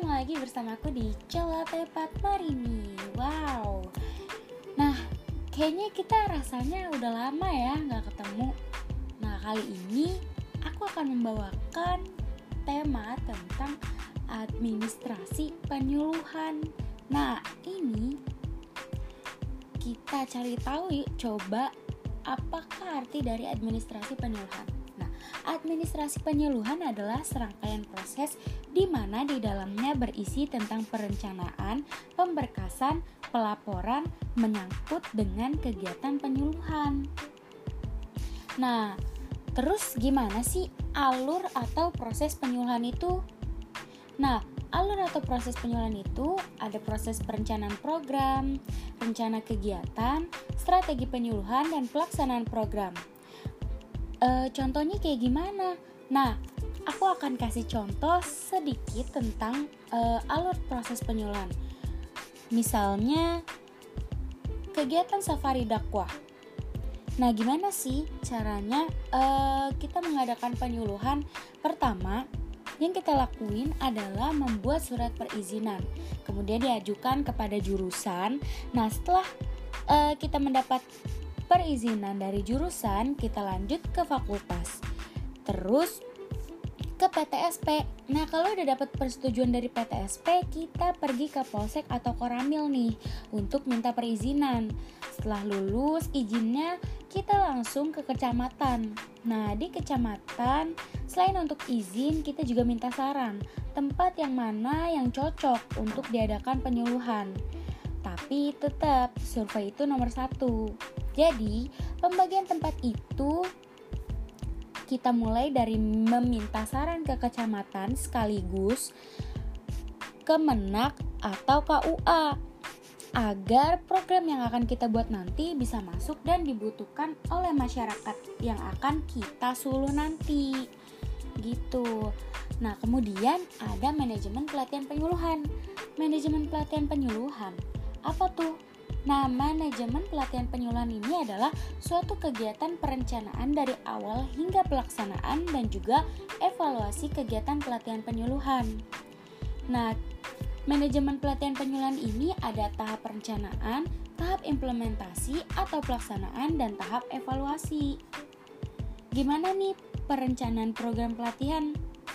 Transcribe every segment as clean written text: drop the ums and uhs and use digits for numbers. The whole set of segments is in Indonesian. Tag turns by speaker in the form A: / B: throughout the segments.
A: Ketemu lagi bersamaku di Celah Tepat Marini. Wow. Nah, kayaknya kita rasanya udah lama ya gak ketemu. Nah, kali ini aku akan membawakan tema tentang administrasi penyuluhan. Nah, ini kita cari tahu yuk, coba apakah arti dari administrasi penyuluhan. Nah, administrasi penyuluhan adalah serangkaian proses di mana di dalamnya berisi tentang perencanaan, pemberkasan, pelaporan menyangkut dengan kegiatan penyuluhan. Nah, terus gimana sih alur atau proses penyuluhan itu? Nah, alur atau proses penyuluhan itu ada proses perencanaan program, rencana kegiatan, strategi penyuluhan, dan pelaksanaan program. Contohnya kayak gimana? Nah, aku akan kasih contoh sedikit tentang alur proses penyuluhan. Misalnya, kegiatan safari dakwah. Nah, gimana sih caranya kita mengadakan penyuluhan? Pertama, yang kita lakuin adalah membuat surat perizinan, kemudian diajukan kepada jurusan. Nah, setelah kita mendapat perizinan dari jurusan, kita lanjut ke fakultas, terus ke PTSP. Nah, kalau udah dapat persetujuan dari PTSP, kita pergi ke Polsek atau Koramil nih untuk minta perizinan. Setelah lulus izinnya, kita langsung ke kecamatan. Nah, di kecamatan, selain untuk izin, kita juga minta saran tempat yang mana yang cocok untuk diadakan penyuluhan. Tapi tetap survei itu nomor 1. Jadi, pembagian tempat itu kita mulai dari meminta saran ke kecamatan sekaligus ke Menak atau KUA agar program yang akan kita buat nanti bisa masuk dan dibutuhkan oleh masyarakat yang akan kita suluh nanti. Gitu. Nah, kemudian ada manajemen pelatihan penyuluhan. Manajemen pelatihan penyuluhan apa tuh? Nah, manajemen pelatihan penyuluhan ini adalah suatu kegiatan perencanaan dari awal hingga pelaksanaan dan juga evaluasi kegiatan pelatihan penyuluhan. Nah, manajemen pelatihan penyuluhan ini ada tahap perencanaan, tahap implementasi atau pelaksanaan, dan tahap evaluasi. Gimana nih perencanaan program pelatihan?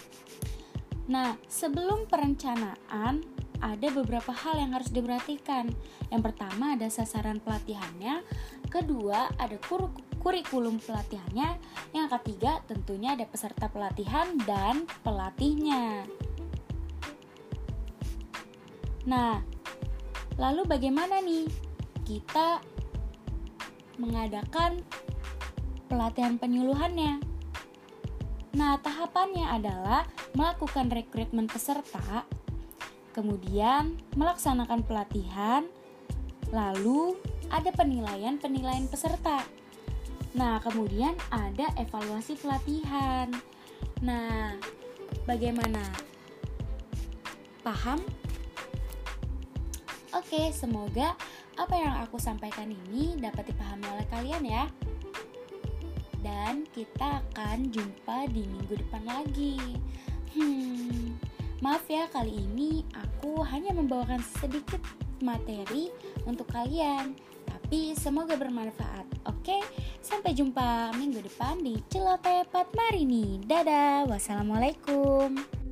A: Nah, sebelum perencanaan, ada beberapa hal yang harus diperhatikan. Yang pertama ada sasaran pelatihannya, kedua ada kurikulum pelatihannya, yang ketiga tentunya ada peserta pelatihan dan pelatihnya. Nah, lalu bagaimana nih kita mengadakan pelatihan penyuluhannya? Nah, tahapannya adalah melakukan rekrutmen peserta, kemudian melaksanakan pelatihan, lalu ada penilaian peserta. Nah, kemudian ada evaluasi pelatihan. Nah, bagaimana? Paham? Oke, semoga apa yang aku sampaikan ini dapat dipahami oleh kalian ya. Dan kita akan jumpa di minggu depan lagi. Maaf ya, kali ini aku hanya membawakan sedikit materi untuk kalian, tapi semoga bermanfaat. Oke, sampai jumpa minggu depan di Celah Tepat Marini. Dadah, wassalamualaikum.